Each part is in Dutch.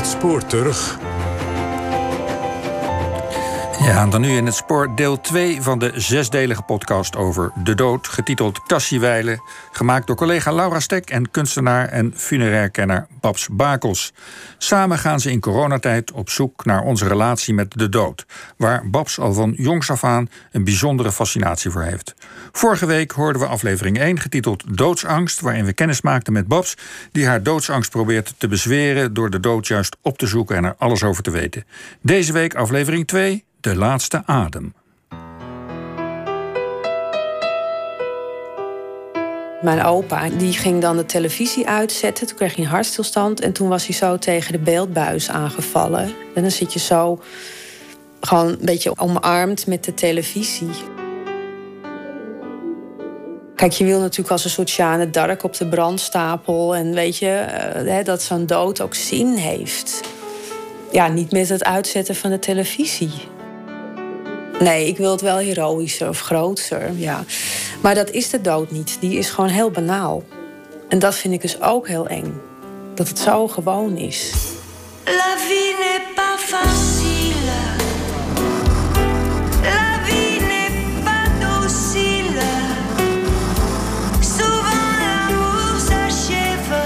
Het spoor terug. Ja, en dan nu in het spoor deel 2 van de 6-delige podcast over de dood, getiteld Cassie Wijlen, gemaakt door collega Laura Stek en kunstenaar en funerairkenner Babs Bakels. Samen gaan ze in coronatijd op zoek naar onze relatie met de dood, waar Babs al van jongs af aan een bijzondere fascinatie voor heeft. Vorige week hoorden we aflevering 1, getiteld Doodsangst, waarin we kennis maakten met Babs, die haar doodsangst probeert te bezweren door de dood juist op te zoeken en er alles over te weten. Deze week aflevering 2, De laatste adem. Mijn opa die ging dan de televisie uitzetten. Toen kreeg hij een hartstilstand. En toen was hij zo tegen de beeldbuis aangevallen. En dan zit je zo gewoon een beetje omarmd met de televisie. Kijk, je wil natuurlijk als een soort Jeanne d'Arc op de brandstapel. En weet je, dat zo'n dood ook zin heeft. Ja, niet met het uitzetten van de televisie. Nee, ik wil het wel heroïscher of groter, ja. Maar dat is de dood niet. Die is gewoon heel banaal. En dat vind ik dus ook heel eng. Dat het zo gewoon is. La vie n'est pas facile. La vie n'est pas docile. Souvent l'amour s'achève.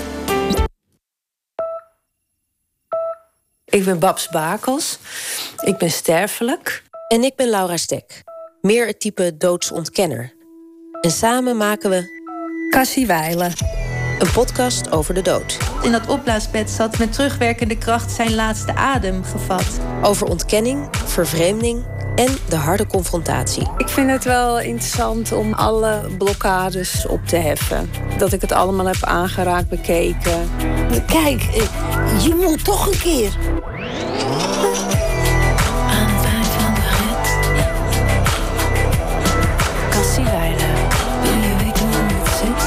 Ik ben Babs Bakels. Ik ben sterfelijk. En ik ben Laura Stek, meer het type doodsontkenner. En samen maken we Cassie Wijlen, een podcast over de dood. In dat opblaasbed zat met terugwerkende kracht zijn laatste adem gevat. Over ontkenning, vervreemding en de harde confrontatie. Ik vind het wel interessant om alle blokkades op te heffen. Dat ik het allemaal heb aangeraakt, bekeken. Kijk, je moet toch een keer. Cassie Wijlen. Je weet niet hoe het zit.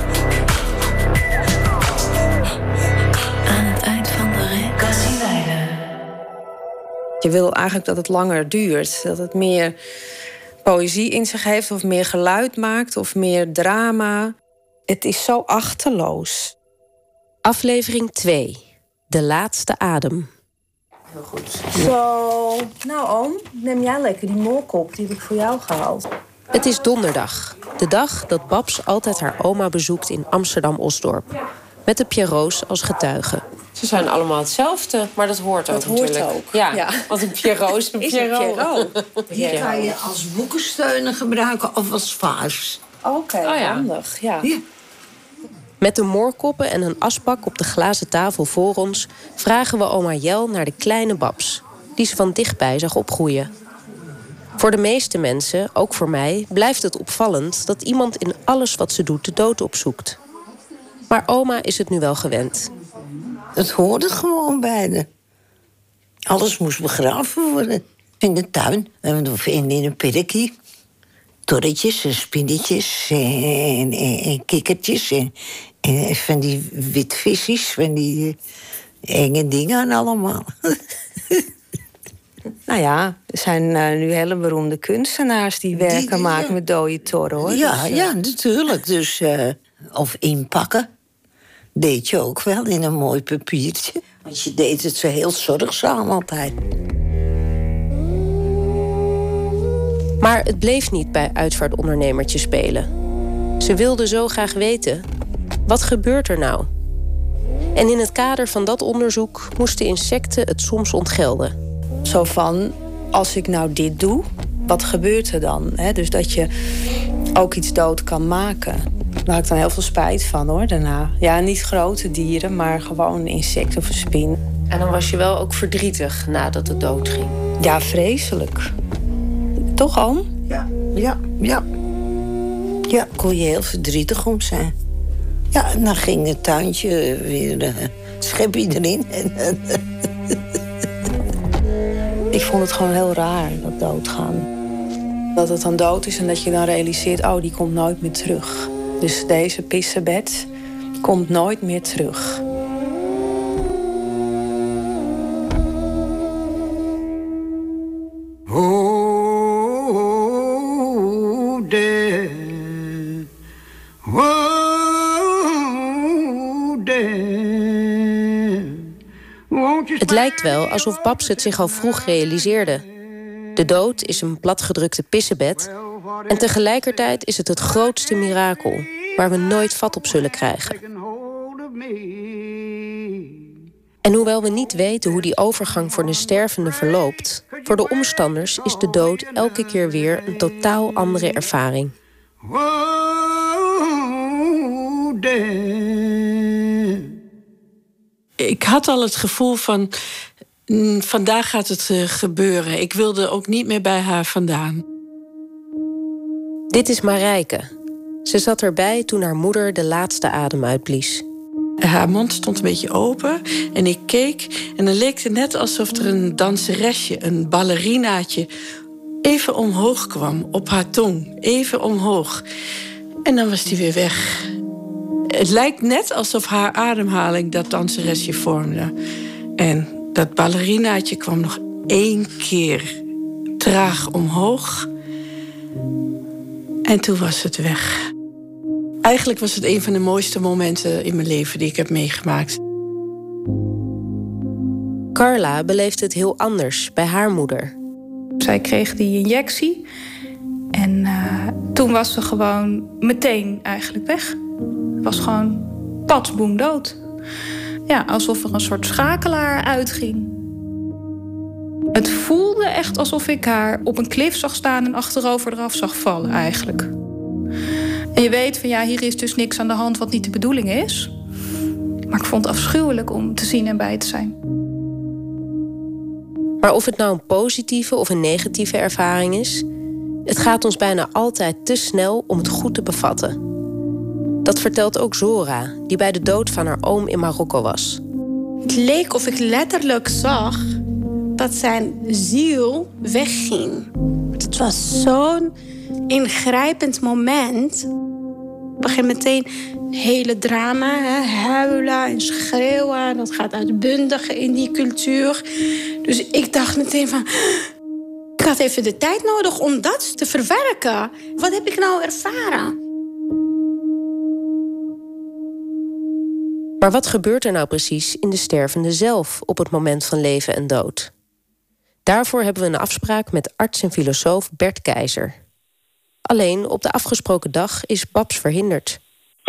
Aan het eind van de rit. Cassie Wijlen. Je wil eigenlijk dat het langer duurt. Dat het meer poëzie in zich heeft, of meer geluid maakt, of meer drama. Het is zo achterloos. Aflevering 2. De laatste adem. Heel goed. Zo. Nou, oom, neem jij lekker die moorkop. Die heb ik voor jou gehaald. Het is donderdag, de dag dat Babs altijd haar oma bezoekt in Amsterdam-Osdorp. Met de Pierrots als getuige. Ze zijn allemaal hetzelfde, maar dat hoort ook natuurlijk. Dat hoort ook. Ja, want een Pierrot is een Pierrot. Die kan je als boekensteunen gebruiken of als vaas. Oké, handig. Ja. Ja. Met de moorkoppen en een asbak op de glazen tafel voor ons vragen we oma Jel naar de kleine Babs, die ze van dichtbij zag opgroeien. Voor de meeste mensen, ook voor mij, blijft het opvallend dat iemand in alles wat ze doet de dood opzoekt. Maar oma is het nu wel gewend. Het hoorde gewoon bij de. Alles moest begraven worden. In de tuin, of in een perkje. Torretjes en spinnetjes en kikkertjes en van die witvisjes, van die enge dingen allemaal. Nou ja, er zijn nu hele beroemde kunstenaars die werken maken met dode torren, hoor. Ja, dus, ja, natuurlijk. Dus, of inpakken. Deed je ook wel in een mooi papiertje. Want je deed het zo heel zorgzaam altijd. Maar het bleef niet bij uitvaartondernemertje spelen. Ze wilde zo graag weten, wat gebeurt er nou? En in het kader van dat onderzoek moesten insecten het soms ontgelden. Zo van, als ik nou dit doe, wat gebeurt er dan? Dus dat je ook iets dood kan maken. Daar had ik dan heel veel spijt van, hoor, daarna. Ja, niet grote dieren, maar gewoon insecten of een spin. En dan was je wel ook verdrietig nadat het dood ging. Ja, vreselijk. Toch, oom? Ja. Ja, kon je heel verdrietig om zijn. Ja, en dan ging het tuintje weer schepje erin. Ik vond het gewoon heel raar, dat doodgaan. Dat het dan dood is en dat je dan realiseert, oh, die komt nooit meer terug. Dus deze pissebed komt nooit meer terug. Oh, dead. Oh, dead. Het lijkt wel alsof Babs het zich al vroeg realiseerde. De dood is een platgedrukte pissebed en tegelijkertijd is het grootste mirakel waar we nooit vat op zullen krijgen. En hoewel we niet weten hoe die overgang voor de stervende verloopt, voor de omstanders is de dood elke keer weer een totaal andere ervaring. Ik had al het gevoel van, vandaag gaat het gebeuren. Ik wilde ook niet meer bij haar vandaan. Dit is Marijke. Ze zat erbij toen haar moeder de laatste adem uitblies. Haar mond stond een beetje open en ik keek en dan leek het net alsof er een danseresje, een ballerinaatje, even omhoog kwam op haar tong. Even omhoog. En dan was die weer weg. Het lijkt net alsof haar ademhaling dat danseresje vormde. En dat ballerinaatje kwam nog 1 keer traag omhoog. En toen was het weg. Eigenlijk was het een van de mooiste momenten in mijn leven die ik heb meegemaakt. Carla beleefde het heel anders bij haar moeder. Zij kreeg die injectie. En toen was ze gewoon meteen eigenlijk weg. Het was gewoon patsboem dood. Ja, alsof er een soort schakelaar uitging. Het voelde echt alsof ik haar op een klif zag staan en achterover eraf zag vallen eigenlijk. En je weet van ja, hier is dus niks aan de hand wat niet de bedoeling is. Maar ik vond het afschuwelijk om te zien en bij te zijn. Maar of het nou een positieve of een negatieve ervaring is, het gaat ons bijna altijd te snel om het goed te bevatten. Dat vertelt ook Zora, die bij de dood van haar oom in Marokko was. Het leek of ik letterlijk zag dat zijn ziel wegging. Het was zo'n ingrijpend moment. Ik begin meteen een hele drama, huilen en schreeuwen. Dat gaat uitbundig in die cultuur. Dus ik dacht meteen van, ik had even de tijd nodig om dat te verwerken. Wat heb ik nou ervaren? Maar wat gebeurt er nou precies in de stervende zelf op het moment van leven en dood? Daarvoor hebben we een afspraak met arts en filosoof Bert Keizer. Alleen op de afgesproken dag is Babs verhinderd.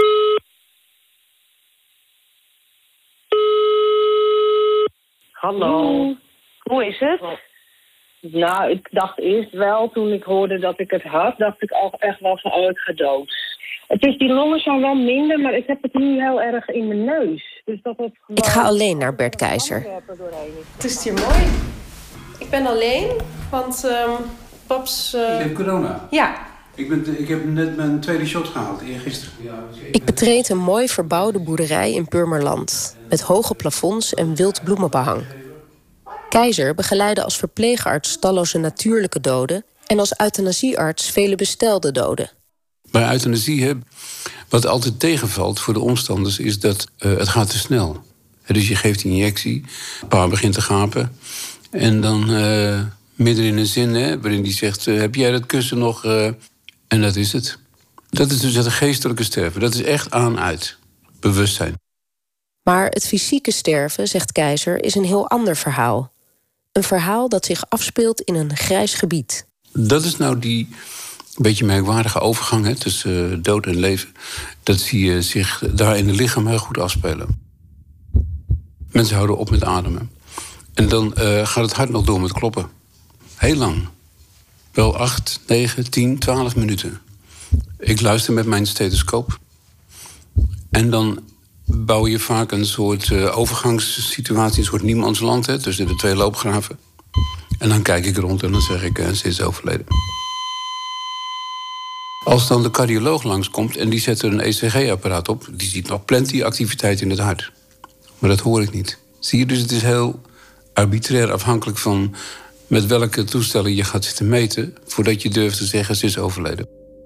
Hallo. Hoe is het? Nou, ik dacht eerst wel, toen ik hoorde dat ik het had, dacht ik ook echt wel van, oh, ik ga dood. Het is, die longen zijn wel minder, maar ik heb het nu heel erg in mijn neus. Dus dat het gewoon... Ik ga alleen naar Bert Keizer. Het is hier mooi. Ik ben alleen, want Babs... Je hebt corona? Ja. Ik heb net mijn tweede shot gehaald, eergisteren. Ik betreed een mooi verbouwde boerderij in Purmerland, met hoge plafonds en wild bloemenbehang. Keizer begeleidde als verpleegarts talloze natuurlijke doden en als euthanasiearts vele bestelde doden. Bij euthanasie, wat altijd tegenvalt voor de omstanders, is dat het gaat te snel. Dus je geeft die injectie, het paar begint te gapen. En dan midden in een zin waarin die zegt, heb jij dat kussen nog? En dat is het. Dat is dus het geestelijke sterven. Dat is echt aan-uit. Bewustzijn. Maar het fysieke sterven, zegt Keizer, is een heel ander verhaal. Een verhaal dat zich afspeelt in een grijs gebied. Dat is nou die beetje merkwaardige overgang tussen dood en leven. Dat zie je zich daar in het lichaam heel goed afspelen. Mensen houden op met ademen. En dan gaat het hart nog door met kloppen. Heel lang. Wel 8, 9, 10, 12 minuten. Ik luister met mijn stethoscoop. En dan bouw je vaak een soort overgangssituatie, een soort niemandsland tussen de 2 loopgraven. En dan kijk ik rond en dan zeg ik, ze is overleden. Als dan de cardioloog langskomt en die zet er een ECG-apparaat op, die ziet nog plenty activiteit in het hart. Maar dat hoor ik niet. Zie je, dus het is heel arbitrair afhankelijk van met welke toestellen je gaat zitten meten voordat je durft te zeggen, ze is overleden.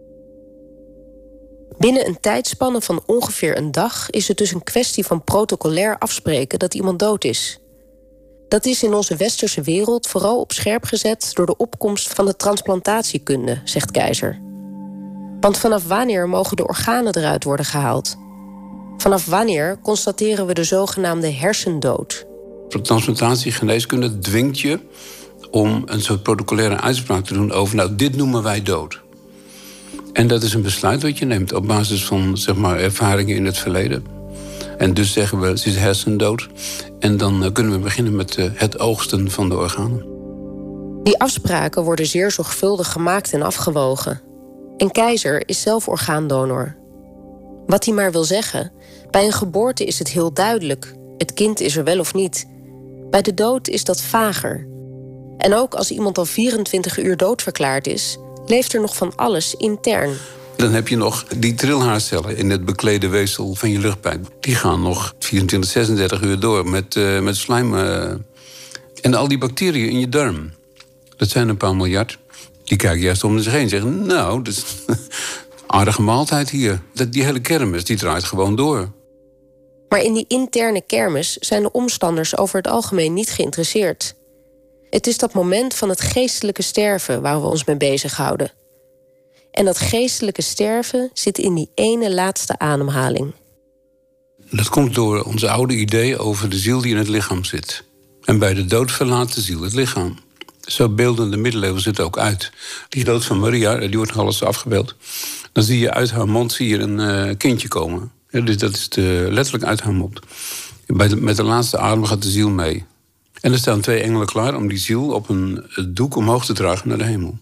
Binnen een tijdspanne van ongeveer een dag is het dus een kwestie van protocolair afspreken dat iemand dood is. Dat is in onze westerse wereld vooral op scherp gezet door de opkomst van de transplantatiekunde, zegt Keizer. Want vanaf wanneer mogen de organen eruit worden gehaald? Vanaf wanneer constateren we de zogenaamde hersendood? Transplantatiegeneeskunde dwingt je om een soort protocolaire uitspraak te doen over, nou, dit noemen wij dood. En dat is een besluit wat je neemt op basis van, zeg maar, ervaringen in het verleden. En dus zeggen we, het is hersendood. En dan kunnen we beginnen met het oogsten van de organen. Die afspraken worden zeer zorgvuldig gemaakt en afgewogen. En Keizer is zelf orgaandonor. Wat hij maar wil zeggen, bij een geboorte is het heel duidelijk. Het kind is er wel of niet. Bij de dood is dat vager. En ook als iemand al 24 uur doodverklaard is, leeft er nog van alles intern. Dan heb je nog die trilhaarcellen in het beklede weefsel van je luchtpijp. Die gaan nog 24, 36 uur door met slijm. En al die bacteriën in je darm, dat zijn een paar miljard. Die kijken juist om zich heen en zeggen, nou, dat is een aardige maaltijd hier. Die hele kermis, die draait gewoon door. Maar in die interne kermis zijn de omstanders over het algemeen niet geïnteresseerd. Het is dat moment van het geestelijke sterven waar we ons mee bezighouden. En dat geestelijke sterven zit in die ene laatste ademhaling. Dat komt door onze oude idee over de ziel die in het lichaam zit. En bij de dood verlaat de ziel het lichaam. Zo beelden de middeleeuwen het ook uit. Die dood van Maria, die wordt nog alles afgebeeld. Dan zie je uit haar mond een kindje komen. Ja, dus dat is letterlijk uit haar mond. Met de laatste adem gaat de ziel mee. En er staan 2 engelen klaar om die ziel op een doek omhoog te dragen naar de hemel.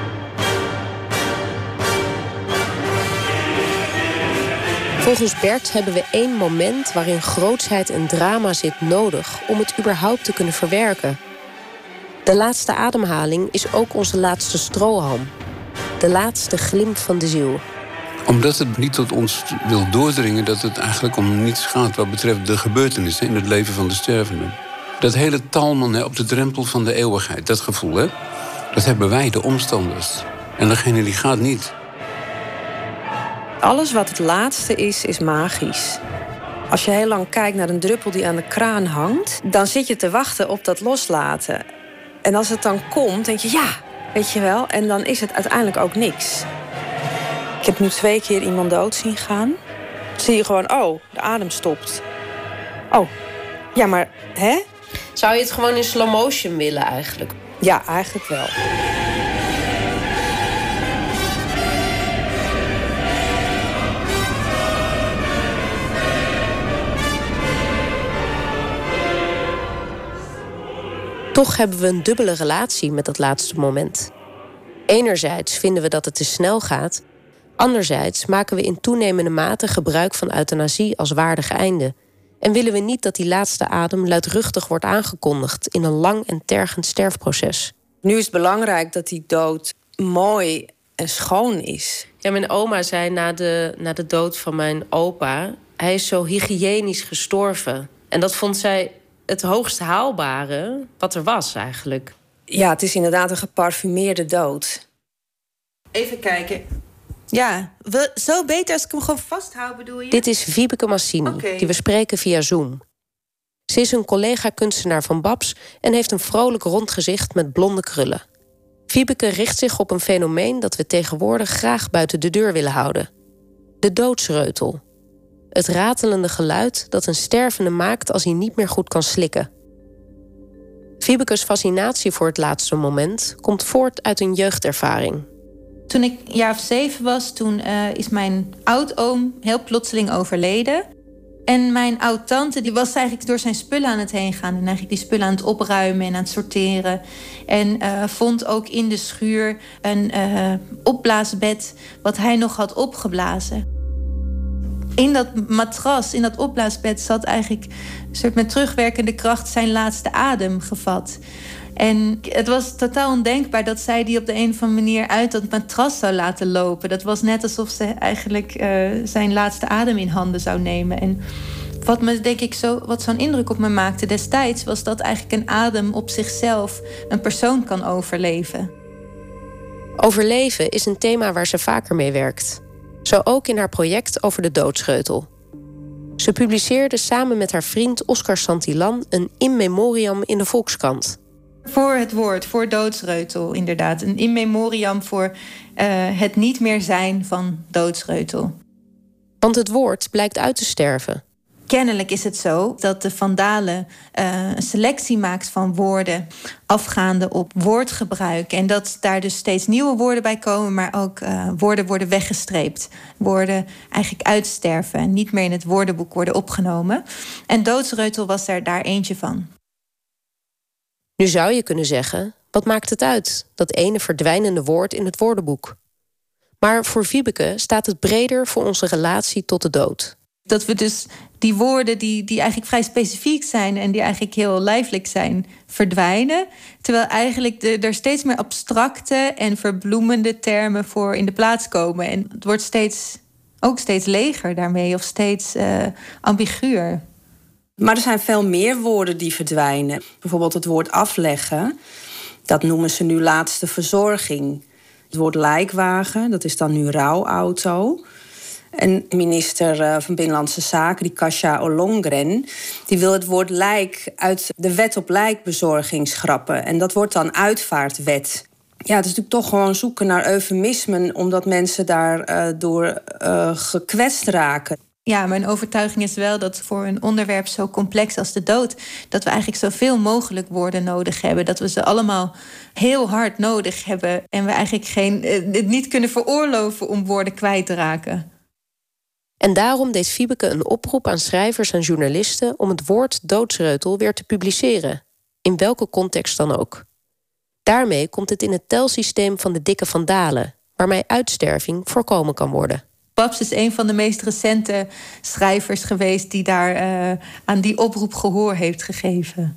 Volgens Bert hebben we 1 moment waarin grootsheid en drama zit nodig om het überhaupt te kunnen verwerken. De laatste ademhaling is ook onze laatste strohalm. De laatste glimp van de ziel. Omdat het niet tot ons wil doordringen dat het eigenlijk om niets gaat wat betreft de gebeurtenissen in het leven van de stervende. Dat hele talmen op de drempel van de eeuwigheid, dat gevoel, hè, dat hebben wij, de omstanders. En degene die gaat niet. Alles wat het laatste is magisch. Als je heel lang kijkt naar een druppel die aan de kraan hangt, dan zit je te wachten op dat loslaten. En als het dan komt, denk je, ja, weet je wel. En dan is het uiteindelijk ook niks. Ik heb nu 2 keer iemand dood zien gaan. Dan zie je gewoon, oh, de adem stopt. Oh, ja, maar, hè? Zou je het gewoon in slow motion willen eigenlijk? Ja, eigenlijk wel. Toch hebben we een dubbele relatie met dat laatste moment. Enerzijds vinden we dat het te snel gaat. Anderzijds maken we in toenemende mate gebruik van euthanasie als waardig einde. En willen we niet dat die laatste adem luidruchtig wordt aangekondigd in een lang en tergend sterfproces. Nu is het belangrijk dat die dood mooi en schoon is. Ja, mijn oma zei na de dood van mijn opa, hij is zo hygiënisch gestorven. En dat vond zij het hoogst haalbare wat er was eigenlijk. Ja, het is inderdaad een geparfumeerde dood. Even kijken. Ja, zo beter als ik hem gewoon vasthoud, bedoel je? Dit is Wiebeke Massini, die we spreken via Zoom. Ze is een collega-kunstenaar van Babs en heeft een vrolijk rond gezicht met blonde krullen. Wiebeke richt zich op een fenomeen dat we tegenwoordig graag buiten de deur willen houden. De doodsreutel. Het ratelende geluid dat een stervende maakt als hij niet meer goed kan slikken. Wiebekes fascinatie voor het laatste moment komt voort uit een jeugdervaring. Toen ik een jaar of 7 was, toen is mijn oudoom heel plotseling overleden. En mijn oud-tante die was eigenlijk door zijn spullen aan het heen gaan. En eigenlijk die spullen aan het opruimen en aan het sorteren. En vond ook in de schuur een opblaasbed wat hij nog had opgeblazen. In dat matras, in dat opblaasbed, zat eigenlijk een soort met terugwerkende kracht zijn laatste adem gevat. En het was totaal ondenkbaar dat zij die op de een of andere manier uit dat matras zou laten lopen. Dat was net alsof ze eigenlijk zijn laatste adem in handen zou nemen. En wat me, denk ik, wat zo'n indruk op me maakte destijds, was dat eigenlijk een adem op zichzelf een persoon kan overleven. Overleven is een thema waar ze vaker mee werkt. Zo ook in haar project over de doodsreutel. Ze publiceerde samen met haar vriend Oscar Santillan een in memoriam in de Volkskrant. Voor het woord, voor doodsreutel, inderdaad. Een in memoriam voor het niet meer zijn van doodsreutel. Want het woord blijkt uit te sterven. Kennelijk is het zo dat de Van Dalen een selectie maakt van woorden afgaande op woordgebruik. En dat daar dus steeds nieuwe woorden bij komen, maar ook woorden worden weggestreept. Woorden eigenlijk uitsterven en niet meer in het woordenboek worden opgenomen. En doodsreutel was daar eentje van. Nu zou je kunnen zeggen, wat maakt het uit, dat ene verdwijnende woord in het woordenboek? Maar voor Wiebeke staat het breder voor onze relatie tot de dood. Dat we dus die woorden die eigenlijk vrij specifiek zijn en die eigenlijk heel lijfelijk zijn, verdwijnen. Terwijl eigenlijk er steeds meer abstracte en verbloemende termen voor in de plaats komen. En het wordt steeds leger daarmee of steeds ambiguur. Maar er zijn veel meer woorden die verdwijnen. Bijvoorbeeld het woord afleggen. Dat noemen ze nu laatste verzorging. Het woord lijkwagen, dat is dan nu rouwauto. En minister van Binnenlandse Zaken, die Kasia Ollongren, die wil het woord lijk uit de wet op lijkbezorging schrappen. En dat wordt dan uitvaartwet. Ja, het is natuurlijk toch gewoon zoeken naar eufemismen, omdat mensen daardoor gekwetst raken. Ja, mijn overtuiging is wel dat voor een onderwerp zo complex als de dood, dat we eigenlijk zoveel mogelijk woorden nodig hebben. Dat we ze allemaal heel hard nodig hebben. En we eigenlijk het niet kunnen veroorloven om woorden kwijt te raken. En daarom deed Wiebeke een oproep aan schrijvers en journalisten om het woord doodsreutel weer te publiceren. In welke context dan ook. Daarmee komt het in het telsysteem van de dikke Van Dalen, waarmee uitsterving voorkomen kan worden. Babs is een van de meest recente schrijvers geweest die daar aan die oproep gehoor heeft gegeven.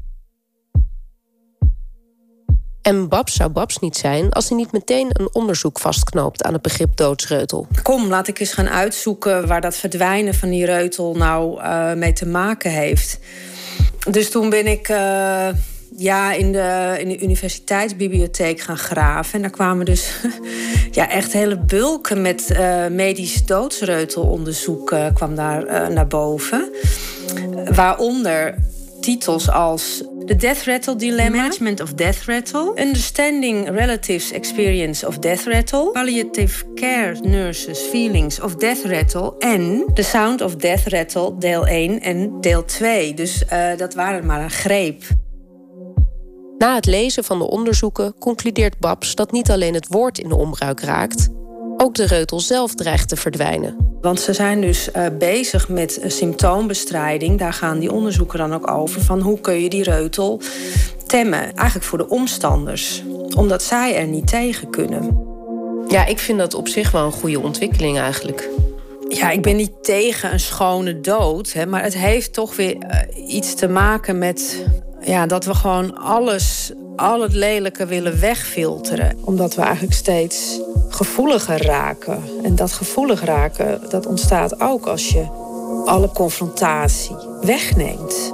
En Babs zou Babs niet zijn als hij niet meteen een onderzoek vastknoopt aan het begrip doodsreutel. Kom, laat ik eens gaan uitzoeken waar dat verdwijnen van die reutel nou mee te maken heeft. Dus toen ben ik in de universiteitsbibliotheek gaan graven. En daar kwamen dus echt hele bulken met medisch doodsreutelonderzoek kwam daar naar boven. Waaronder titels als The Death Rattle Dilemma, Management of Death Rattle, Understanding Relatives' Experience of Death Rattle, Palliative Care Nurses' Feelings of Death Rattle en The Sound of Death Rattle deel 1 en deel 2. Dus dat waren maar een greep. Na het lezen van de onderzoeken concludeert Babs dat niet alleen het woord in de onbruik raakt, ook de reutel zelf dreigt te verdwijnen. Want ze zijn dus bezig met symptoombestrijding. Daar gaan die onderzoeken dan ook over. Van hoe kun je die reutel temmen? Eigenlijk voor de omstanders. Omdat zij er niet tegen kunnen. Ja, ik vind dat op zich wel een goede ontwikkeling eigenlijk. Ja, ik ben niet tegen een schone dood. Maar het heeft toch weer iets te maken met dat we gewoon al het lelijke willen wegfilteren. Omdat we eigenlijk steeds gevoeliger raken. En dat gevoelig raken, dat ontstaat ook als je alle confrontatie wegneemt.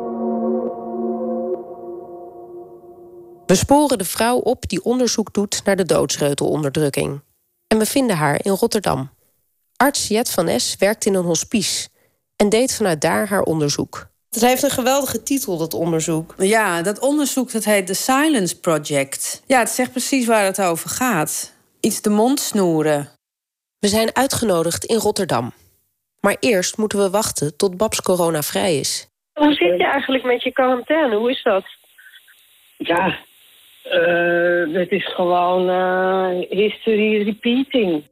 We sporen de vrouw op die onderzoek doet naar de doodsreutelonderdrukking. En we vinden haar in Rotterdam. Arts Jet van S werkt in een hospice en deed vanuit daar haar onderzoek. Het heeft een geweldige titel, dat onderzoek. Ja, dat onderzoek dat heet The Silence Project. Ja, het zegt precies waar het over gaat. Iets de mond snoeren. We zijn uitgenodigd in Rotterdam. Maar eerst moeten we wachten tot Babs coronavrij is. Hoe zit je eigenlijk met je quarantaine? Hoe is dat? Ja, het is gewoon history repeating.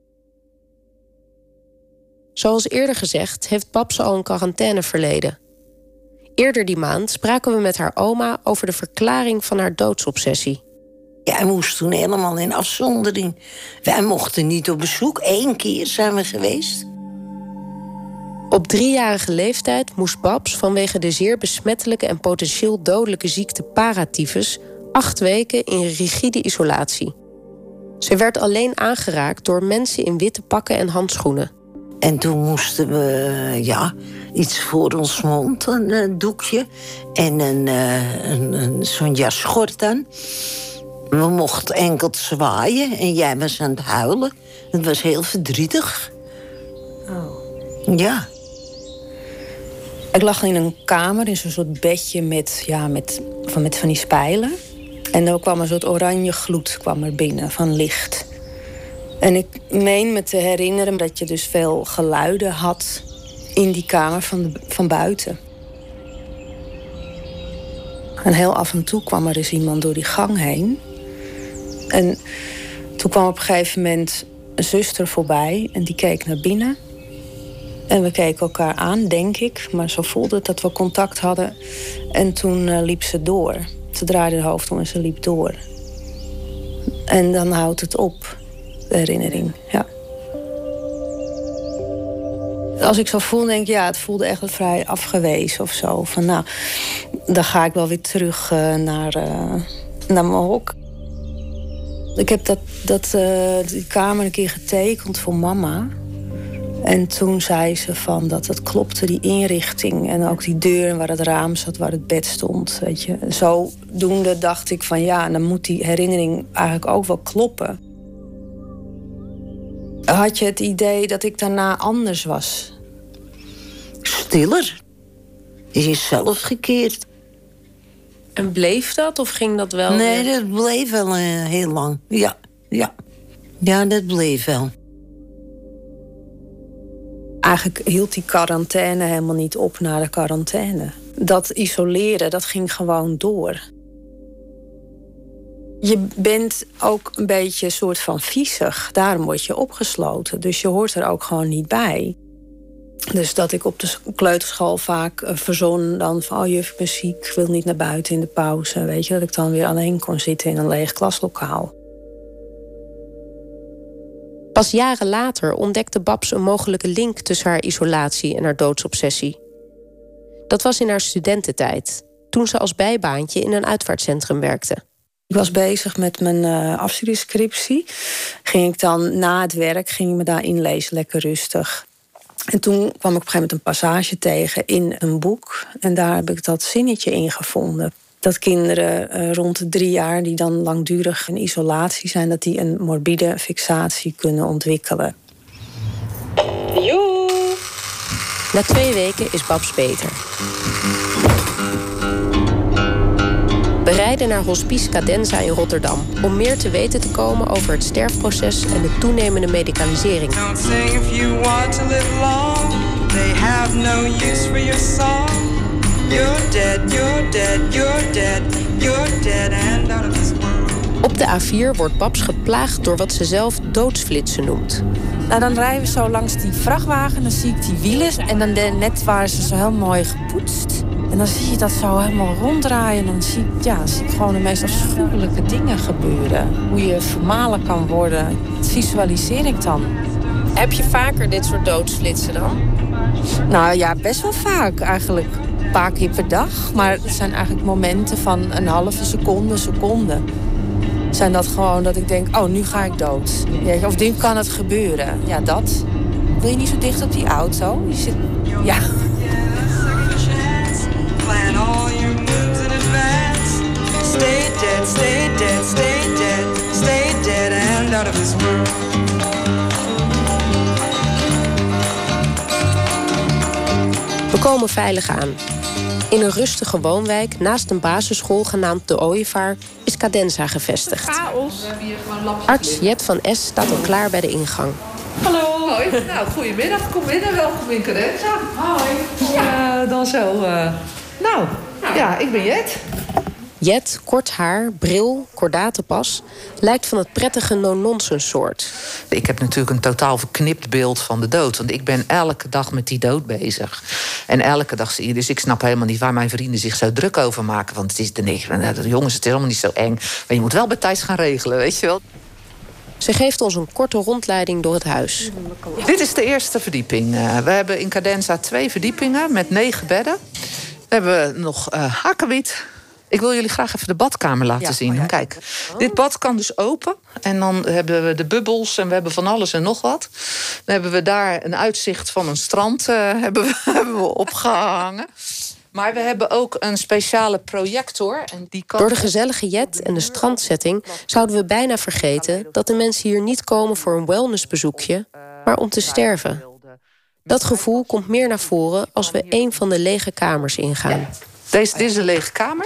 Zoals eerder gezegd heeft Babs al een quarantaineverleden. Eerder die maand spraken we met haar oma over de verklaring van haar doodsobsessie. Jij moest toen helemaal in afzondering. Wij mochten niet op bezoek. 1 keer zijn we geweest. Op 3-jarige leeftijd moest Babs vanwege de zeer besmettelijke en potentieel dodelijke ziekte paratyfus 8 weken in rigide isolatie. Ze werd alleen aangeraakt door mensen in witte pakken en handschoenen. En toen moesten we iets voor ons mond, een doekje en zo'n jaschort aan. We mochten enkel zwaaien en jij was aan het huilen. Het was heel verdrietig. Oh. Ja. Ik lag in een kamer in zo'n soort bedje met van die spijlen. En er kwam een soort oranje gloed binnen van licht. En ik meen me te herinneren dat je dus veel geluiden had in die kamer van buiten. En heel af en toe kwam er eens iemand door die gang heen. En toen kwam op een gegeven moment een zuster voorbij en die keek naar binnen. En we keken elkaar aan, denk ik. Maar zo voelde het dat we contact hadden. En toen liep ze door. Ze draaide het hoofd om en ze liep door. En dan houdt het op, de herinnering, ja. Als ik zo voel, denk ik, ja, het voelde echt vrij afgewezen of zo. Van nou, dan ga ik wel weer terug naar mijn hok. Ik heb die kamer een keer getekend voor mama. En toen zei ze van dat het klopte, die inrichting. En ook die deur waar het raam zat, waar het bed stond. Weet je. Zodoende dacht ik van ja, dan moet die herinnering eigenlijk ook wel kloppen. Had je het idee dat ik daarna anders was? Stiller. Je is zelf gekeerd. En bleef dat of ging dat wel? Nee, dat bleef wel heel lang. Ja, dat bleef wel. Eigenlijk hield die quarantaine helemaal niet op na de quarantaine. Dat isoleren, dat ging gewoon door. Je bent ook een beetje een soort van viezig. Daarom word je opgesloten. Dus je hoort er ook gewoon niet bij. Dus dat ik op de kleuterschool vaak verzon dan van... oh, juf, ik ben ziek, ik wil niet naar buiten in de pauze. Weet je, dat ik dan weer alleen kon zitten in een leeg klaslokaal. Pas jaren later ontdekte Babs een mogelijke link tussen haar isolatie en haar doodsobsessie. Dat was in haar studententijd, toen ze als bijbaantje in een uitvaartcentrum werkte. Ik was bezig met mijn afstudeerscriptie. Ging ik dan na het werk ging ik me daar inlezen, lekker rustig. En toen kwam ik op een gegeven moment een passage tegen in een boek. En daar heb ik dat zinnetje in gevonden. Dat kinderen rond de 3 jaar die dan langdurig in isolatie zijn... dat die een morbide fixatie kunnen ontwikkelen. Joe! Na 2 weken is Babs beter. We rijden naar Hospice Cadenza in Rotterdam... om meer te weten te komen over het sterfproces en de toenemende medicalisering. Don't sing if you want to live long. They have no use for your song. You're dead, you're dead, you're dead, you're dead and out of this world. Op de A4 wordt Babs geplaagd door wat ze zelf doodsflitsen noemt. Nou, dan rijden we zo langs die vrachtwagen, dan zie ik die wielen... en dan net waren ze zo heel mooi gepoetst. En dan zie je dat zo helemaal ronddraaien... en dan zie ik gewoon de meest afschuwelijke dingen gebeuren. Hoe je vermalen kan worden, dat visualiseer ik dan. Heb je vaker dit soort doodsflitsen dan? Nou ja, best wel vaak eigenlijk. Een paar keer per dag. Maar het zijn eigenlijk momenten van een halve seconde. Zijn dat gewoon dat ik denk, oh, nu ga ik dood. Of nu kan het gebeuren. Ja, dat. Wil je niet zo dicht op die auto? Je zit... Ja. Plan all your moves in advance. Stay dead, stay dead, stay dead. Stay dead and out of this world. We komen veilig aan. In een rustige woonwijk naast een basisschool genaamd De Ooievaar is Cadenza gevestigd. Chaos. Arts Jet van S staat al klaar bij de ingang. Hallo. Hoi. Nou, goedemiddag. Kom binnen. Welkom in Cadenza. Hoi. Ja, dan zo. Ja, ik ben Jet. Jet, kort haar, bril, kordatenpas, lijkt van het prettige no-nonsense soort. Ik heb natuurlijk een totaal verknipt beeld van de dood. Want ik ben elke dag met die dood bezig. En elke dag zie je. Dus ik snap helemaal niet waar mijn vrienden zich zo druk over maken. Want het is jongens, het is helemaal niet zo eng. Maar je moet wel bij Thijs gaan regelen, weet je wel. Ze geeft ons een korte rondleiding door het huis. Dit is de eerste verdieping. We hebben in Cadenza 2 verdiepingen met 9 bedden. We hebben nog hakenwiet. Ik wil jullie graag even de badkamer laten zien. Ja. Kijk, dit bad kan dus open. En dan hebben we de bubbels en we hebben van alles en nog wat. Dan hebben we daar een uitzicht van een strand hebben we opgehangen. Maar we hebben ook een speciale projector. En die kan... Door de gezellige jet en de strandsetting zouden we bijna vergeten dat de mensen hier niet komen voor een wellnessbezoekje, maar om te sterven. Dat gevoel komt meer naar voren als we een van de lege kamers ingaan. Ja. Dit is een lege kamer.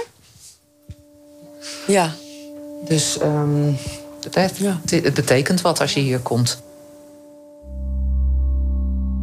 Ja. Dus het betekent wat als je hier komt.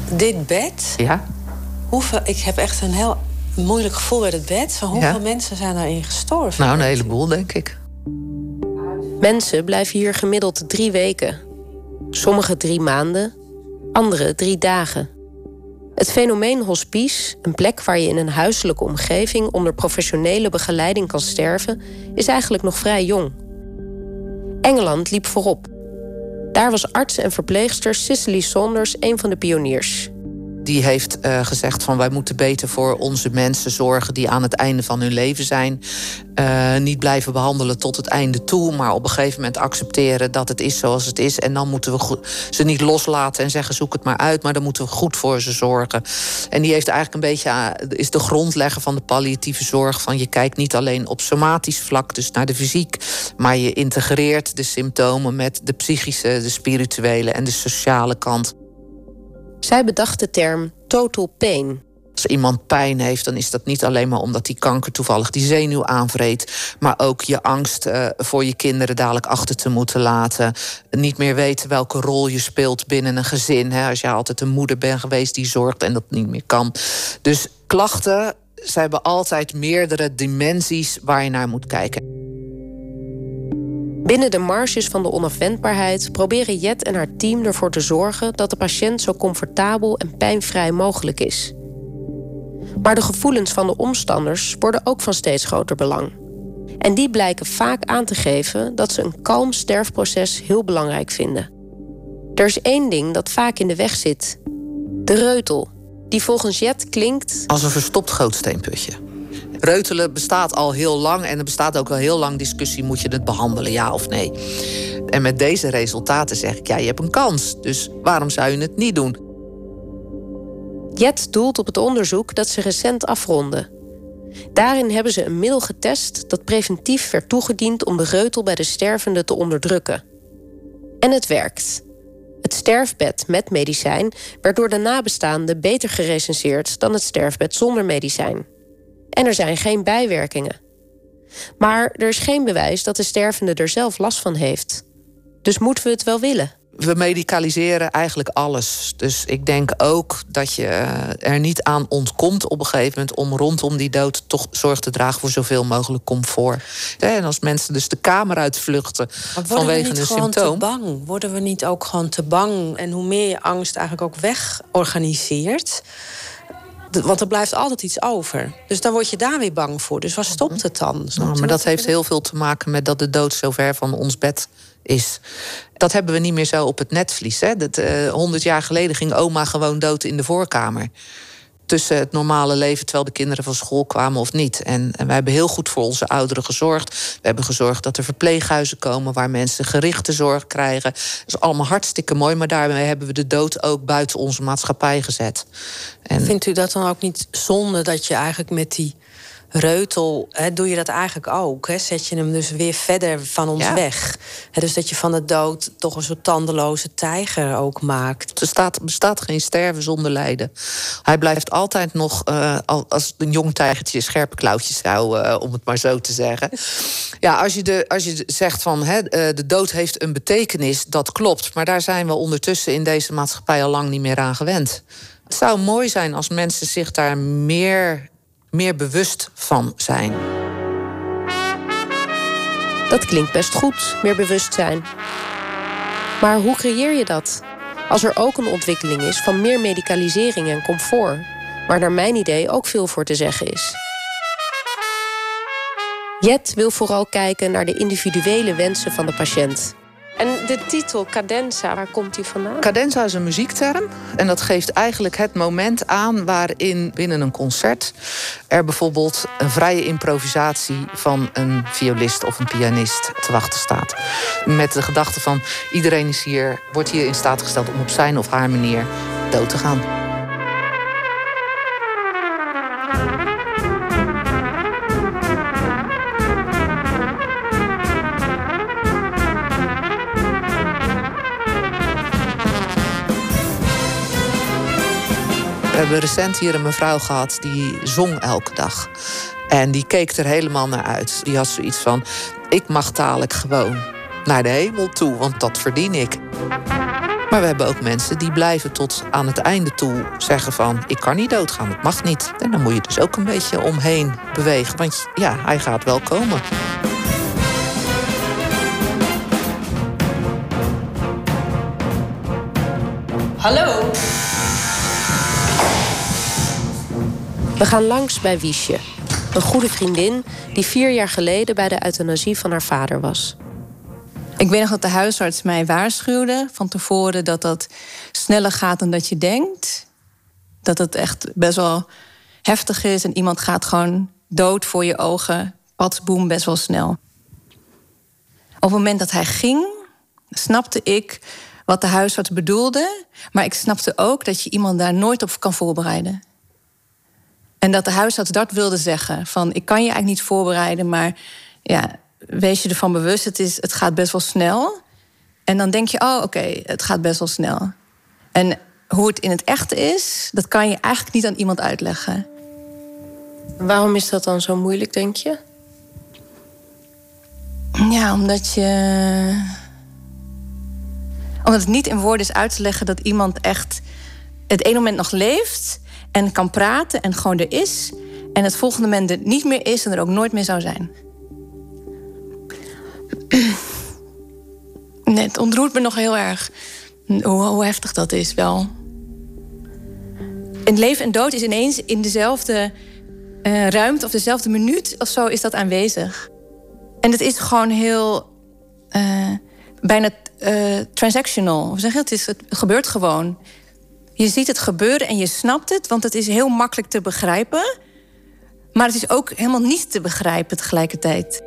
Dit bed? Ja. Ik heb echt een heel moeilijk gevoel bij het bed. Van hoeveel mensen zijn daarin gestorven? Nou, een heleboel, denk ik. Mensen blijven hier gemiddeld 3 weken. Sommige 3 maanden, andere 3 dagen. Het fenomeen hospice, een plek waar je in een huiselijke omgeving onder professionele begeleiding kan sterven, is eigenlijk nog vrij jong. Engeland liep voorop. Daar was arts en verpleegster Cicely Saunders een van de pioniers. Die heeft gezegd van wij moeten beter voor onze mensen zorgen die aan het einde van hun leven zijn. Niet blijven behandelen tot het einde toe, maar op een gegeven moment accepteren dat het is zoals het is. En dan moeten we ze niet loslaten en zeggen zoek het maar uit, maar dan moeten we goed voor ze zorgen. En die heeft eigenlijk een beetje is de grondlegger van de palliatieve zorg. Van je kijkt niet alleen op somatisch vlak, dus naar de fysiek, maar je integreert de symptomen met de psychische, de spirituele en de sociale kant. Zij bedacht de term total pain. Als iemand pijn heeft, dan is dat niet alleen maar omdat die kanker toevallig die zenuw aanvreet, maar ook je angst voor je kinderen dadelijk achter te moeten laten. Niet meer weten welke rol je speelt binnen een gezin. Hè, als je altijd een moeder bent geweest die zorgt en dat niet meer kan. Dus klachten, ze hebben altijd meerdere dimensies waar je naar moet kijken. Binnen de marges van de onafwendbaarheid proberen Jet en haar team ervoor te zorgen dat de patiënt zo comfortabel en pijnvrij mogelijk is. Maar de gevoelens van de omstanders worden ook van steeds groter belang. En die blijken vaak aan te geven dat ze een kalm sterfproces heel belangrijk vinden. Er is 1 ding dat vaak in de weg zit. De reutel, die volgens Jet klinkt als een verstopt gootsteenputje. Reutelen bestaat al heel lang en er bestaat ook al heel lang discussie, moet je het behandelen, ja of nee? En met deze resultaten zeg ik, ja, je hebt een kans, dus waarom zou je het niet doen? Jet doelt op het onderzoek dat ze recent afronden. Daarin hebben ze een middel getest dat preventief werd toegediend om de reutel bij de stervende te onderdrukken. En het werkt. Het sterfbed met medicijn werd door de nabestaanden beter gerecenseerd dan het sterfbed zonder medicijn. En er zijn geen bijwerkingen. Maar er is geen bewijs dat de stervende er zelf last van heeft. Dus moeten we het wel willen? We medicaliseren eigenlijk alles. Dus ik denk ook dat je er niet aan ontkomt op een gegeven moment om rondom die dood toch zorg te dragen voor zoveel mogelijk comfort. En als mensen dus de kamer uitvluchten vanwege een symptoom. Bang? Worden we niet ook gewoon te bang? En hoe meer je angst eigenlijk ook wegorganiseert, want er blijft altijd iets over. Dus dan word je daar weer bang voor. Dus waar stopt het dan? Nou, maar dat heeft heel veel te maken met dat de dood zo ver van ons bed is. Dat hebben we niet meer zo op het netvlies. Hè? 100 jaar geleden ging oma gewoon dood in de voorkamer. Tussen het normale leven, terwijl de kinderen van school kwamen of niet. En wij hebben heel goed voor onze ouderen gezorgd. We hebben gezorgd dat er verpleeghuizen komen waar mensen gerichte zorg krijgen. Dat is allemaal hartstikke mooi, maar daarmee hebben we de dood ook buiten onze maatschappij gezet. En vindt u dat dan ook niet zonde dat je eigenlijk met die reutel, doe je dat eigenlijk ook? Zet je hem dus weer verder van ons weg? Dus dat je van de dood toch een soort tandeloze tijger ook maakt. Er bestaat geen sterven zonder lijden. Hij blijft altijd nog, als een jong tijgertje, scherpe klauwtjes houden, om het maar zo te zeggen. Ja, als je zegt van de dood heeft een betekenis, dat klopt. Maar daar zijn we ondertussen in deze maatschappij al lang niet meer aan gewend. Het zou mooi zijn als mensen zich daar meer bewust van zijn. Dat klinkt best goed, meer bewustzijn. Maar hoe creëer je dat? Als er ook een ontwikkeling is van meer medicalisering en comfort, waar naar mijn idee ook veel voor te zeggen is. Jet wil vooral kijken naar de individuele wensen van de patiënt. En de titel Cadenza, waar komt die vandaan? Cadenza is een muziekterm. En dat geeft eigenlijk het moment aan waarin binnen een concert er bijvoorbeeld een vrije improvisatie van een violist of een pianist te wachten staat. Met de gedachte van iedereen wordt hier in staat gesteld om op zijn of haar manier dood te gaan. We hebben recent hier een mevrouw gehad die zong elke dag. En die keek er helemaal naar uit. Die had zoiets van, ik mag dadelijk gewoon naar de hemel toe, want dat verdien ik. Maar we hebben ook mensen die blijven tot aan het einde toe zeggen van... ik kan niet doodgaan, het mag niet. En dan moet je dus ook een beetje omheen bewegen. Want ja, hij gaat wel komen. Hallo. We gaan langs bij Wiesje. Een goede vriendin die 4 jaar geleden bij de euthanasie van haar vader was. Ik weet nog dat de huisarts mij waarschuwde van tevoren... dat sneller gaat dan dat je denkt. Dat het echt best wel heftig is. En iemand gaat gewoon dood voor je ogen. Patsboem, best wel snel. Op het moment dat hij ging, snapte ik wat de huisarts bedoelde. Maar ik snapte ook dat je iemand daar nooit op kan voorbereiden. En dat de huisarts dat wilde zeggen. Van, ik kan je eigenlijk niet voorbereiden, maar ja, wees je ervan bewust. Het gaat best wel snel. En dan denk je, oké, het gaat best wel snel. En hoe het in het echt is, dat kan je eigenlijk niet aan iemand uitleggen. Waarom is dat dan zo moeilijk, denk je? Ja, omdat het niet in woorden is uit te leggen dat iemand echt het ene moment nog leeft en kan praten en gewoon er is. En het volgende moment er niet meer is en er ook nooit meer zou zijn. Nee, het ontroert me nog heel erg hoe heftig dat is wel. En leven en dood is ineens in dezelfde ruimte of dezelfde minuut of zo is dat aanwezig. En het is gewoon heel bijna transactional. Hoe zeg je het? Het gebeurt gewoon. Je ziet het gebeuren en je snapt het, want het is heel makkelijk te begrijpen. Maar het is ook helemaal niet te begrijpen tegelijkertijd.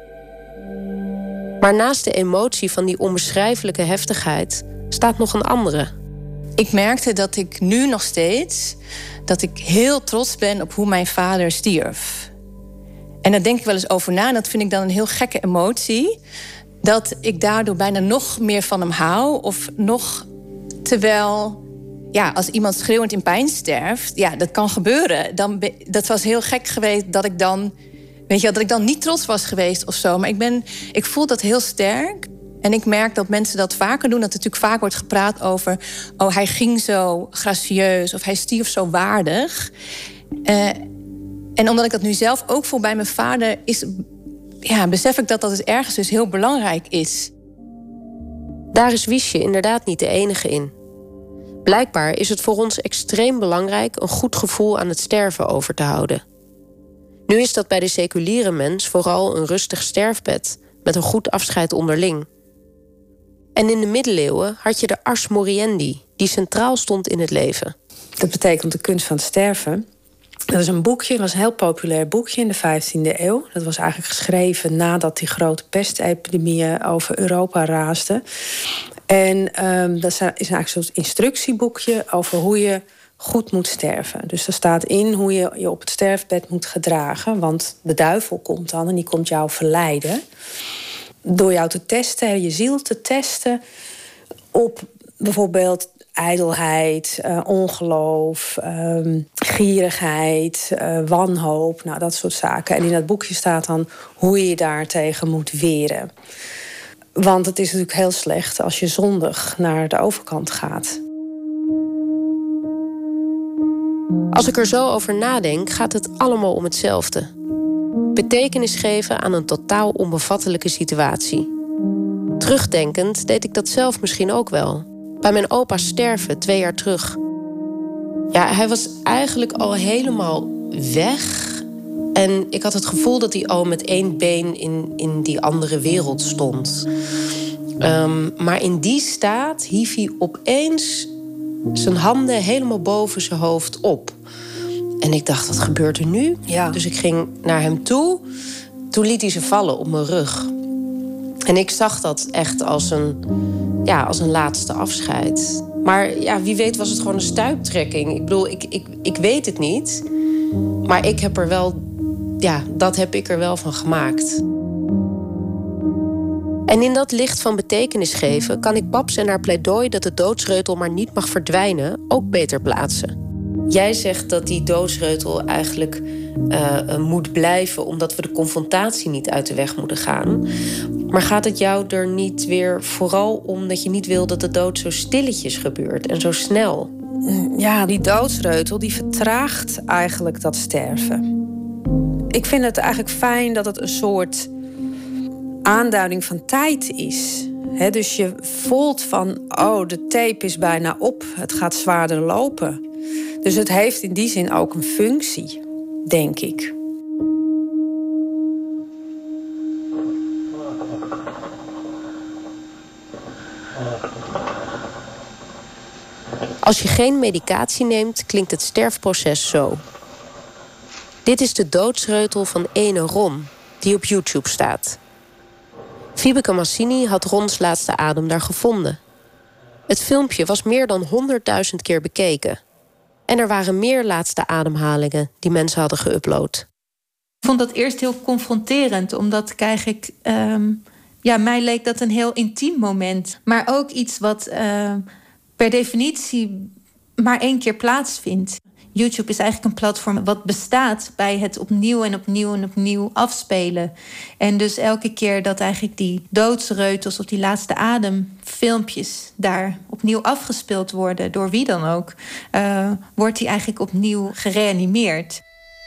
Maar naast de emotie van die onbeschrijfelijke heftigheid staat nog een andere. Ik merkte dat ik nu nog steeds dat ik heel trots ben op hoe mijn vader stierf. En daar denk ik wel eens over na. En dat vind ik dan een heel gekke emotie. Dat ik daardoor bijna nog meer van hem hou. Of nog, terwijl, ja, als iemand schreeuwend in pijn sterft, ja, dat kan gebeuren. Dat was heel gek geweest dat ik dan, weet je, dat ik dan niet trots was geweest of zo. Maar ik voel dat heel sterk. En ik merk dat mensen dat vaker doen. Dat er natuurlijk vaak wordt gepraat over, oh, hij ging zo gracieus of hij stierf zo waardig. En omdat ik dat nu zelf ook voel bij mijn vader, besef ik dat het ergens dus heel belangrijk is. Daar is Wiesje inderdaad niet de enige in. Blijkbaar is het voor ons extreem belangrijk een goed gevoel aan het sterven over te houden. Nu is dat bij de seculiere mens vooral een rustig sterfbed met een goed afscheid onderling. En in de middeleeuwen had je de ars moriendi, die centraal stond in het leven. Dat betekent de kunst van het sterven. Dat is een boekje, dat was een heel populair boekje in de 15e eeuw. Dat was eigenlijk geschreven nadat die grote pestepidemieën over Europa raasden. En dat is eigenlijk een soort instructieboekje over hoe je goed moet sterven. Dus er staat in hoe je je op het sterfbed moet gedragen. Want de duivel komt dan en die komt jou verleiden. Door jou te testen, je ziel te testen op bijvoorbeeld ijdelheid, ongeloof, gierigheid, wanhoop, nou, dat soort zaken. En in dat boekje staat dan hoe je daartegen moet weren. Want het is natuurlijk heel slecht als je zondig naar de overkant gaat. Als ik er zo over nadenk, gaat het allemaal om hetzelfde. Betekenis geven aan een totaal onbevattelijke situatie. Terugdenkend deed ik dat zelf misschien ook wel. Bij mijn opa's sterven 2 jaar terug. Ja, hij was eigenlijk al helemaal weg. En ik had het gevoel dat hij al met 1 been in die andere wereld stond. Maar in die staat hief hij opeens zijn handen helemaal boven zijn hoofd op. En ik dacht, wat gebeurt er nu? Ja. Dus ik ging naar hem toe. Toen liet hij ze vallen op mijn rug. En ik zag dat echt als een laatste afscheid. Maar ja, wie weet was het gewoon een stuiptrekking. Ik bedoel, ik weet het niet. Maar ik heb er wel, dat heb ik er wel van gemaakt. En in dat licht van betekenis geven kan ik Babs en haar pleidooi dat de doodsreutel maar niet mag verdwijnen ook beter plaatsen. Jij zegt dat die doodsreutel eigenlijk moet blijven, omdat we de confrontatie niet uit de weg moeten gaan. Maar gaat het jou er niet weer vooral om dat je niet wil dat de dood zo stilletjes gebeurt en zo snel? Ja, die doodsreutel die vertraagt eigenlijk dat sterven. Ik vind het eigenlijk fijn dat het een soort aanduiding van tijd is. Dus je voelt van, de tape is bijna op, het gaat zwaarder lopen. Dus het heeft in die zin ook een functie, denk ik. Als je geen medicatie neemt, klinkt het sterfproces zo. Dit is de doodsreutel van ene Ron, die op YouTube staat. Vibeke Massini had Rons laatste adem daar gevonden. Het filmpje was meer dan 100.000 keer bekeken. En er waren meer laatste ademhalingen die mensen hadden geüpload. Ik vond dat eerst heel confronterend, omdat ik eigenlijk... mij leek dat een heel intiem moment. Maar ook iets wat per definitie maar 1 keer plaatsvindt. YouTube is eigenlijk een platform wat bestaat bij het opnieuw en opnieuw en opnieuw afspelen. En dus elke keer dat eigenlijk die doodsreutels of die laatste ademfilmpjes daar opnieuw afgespeeld worden, door wie dan ook, wordt die eigenlijk opnieuw gereanimeerd.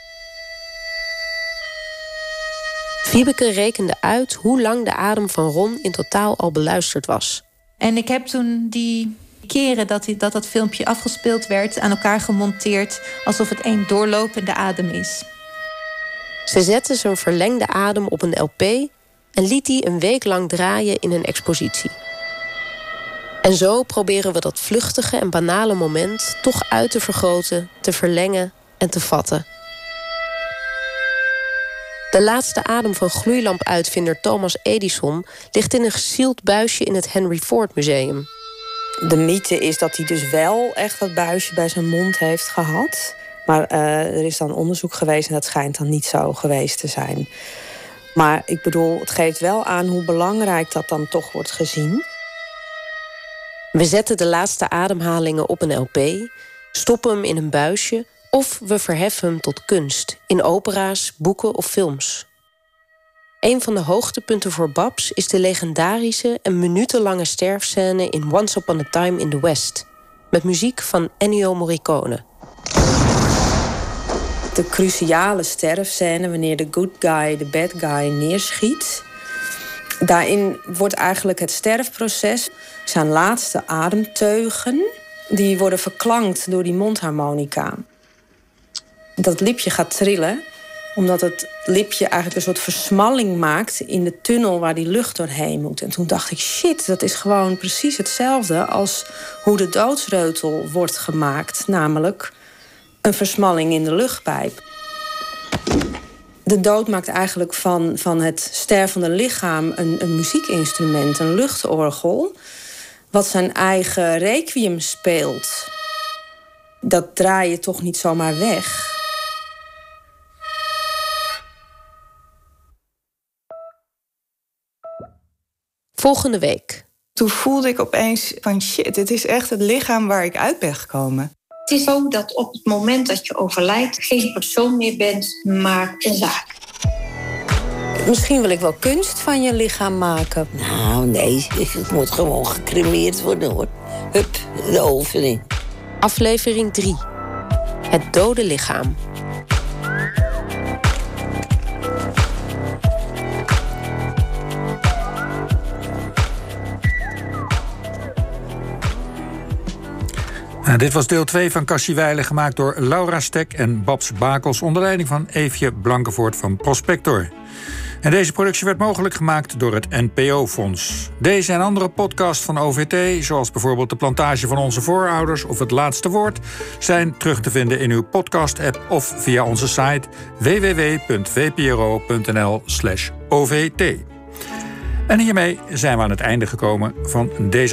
Vibeke rekende uit hoe lang de adem van Ron in totaal al beluisterd was. En ik heb toen die keren dat filmpje afgespeeld werd aan elkaar gemonteerd, alsof het 1 doorlopende adem is. Ze zette zijn verlengde adem op een LP en liet die een week lang draaien in een expositie. En zo proberen we dat vluchtige en banale moment toch uit te vergroten, te verlengen en te vatten. De laatste adem van gloeilampuitvinder Thomas Edison ligt in een gezield buisje in het Henry Ford Museum. De mythe is dat hij dus wel echt dat buisje bij zijn mond heeft gehad. Maar er is dan onderzoek geweest en dat schijnt dan niet zo geweest te zijn. Maar ik bedoel, het geeft wel aan hoe belangrijk dat dan toch wordt gezien. We zetten de laatste ademhalingen op een LP, stoppen hem in een buisje of we verheffen hem tot kunst, in opera's, boeken of films. Een van de hoogtepunten voor Babs is de legendarische en minutenlange sterfscène in Once Upon a Time in the West, met muziek van Ennio Morricone. De cruciale sterfscène wanneer de good guy de bad guy neerschiet. Daarin wordt eigenlijk het sterfproces, zijn laatste ademteugen, die worden verklankt door die mondharmonica. Dat lipje gaat trillen, omdat het lipje eigenlijk een soort versmalling maakt in de tunnel waar die lucht doorheen moet. En toen dacht ik, shit, dat is gewoon precies hetzelfde als hoe de doodsreutel wordt gemaakt. Namelijk een versmalling in de luchtpijp. De dood maakt eigenlijk van het stervende lichaam een muziekinstrument, een luchtorgel, wat zijn eigen requiem speelt. Dat draai je toch niet zomaar weg. Volgende week. Toen voelde ik opeens van shit, dit is echt het lichaam waar ik uit ben gekomen. Het is zo dat op het moment dat je overlijdt geen persoon meer bent, maar een zaak. Misschien wil ik wel kunst van je lichaam maken. Nou, nee, het moet gewoon gecremeerd worden, hoor. Hup, de oven in. Aflevering 3. Het dode lichaam. Dit was deel 2 van Kassie Wijle, gemaakt door Laura Stek en Babs Bakels, onder leiding van Eefje Blankenvoort van Prospector. En deze productie werd mogelijk gemaakt door het NPO-fonds. Deze en andere podcasts van OVT, zoals bijvoorbeeld De Plantage van Onze Voorouders of Het Laatste Woord, zijn terug te vinden in uw podcast-app of via onze site www.vpro.nl/OVT. En hiermee zijn we aan het einde gekomen van deze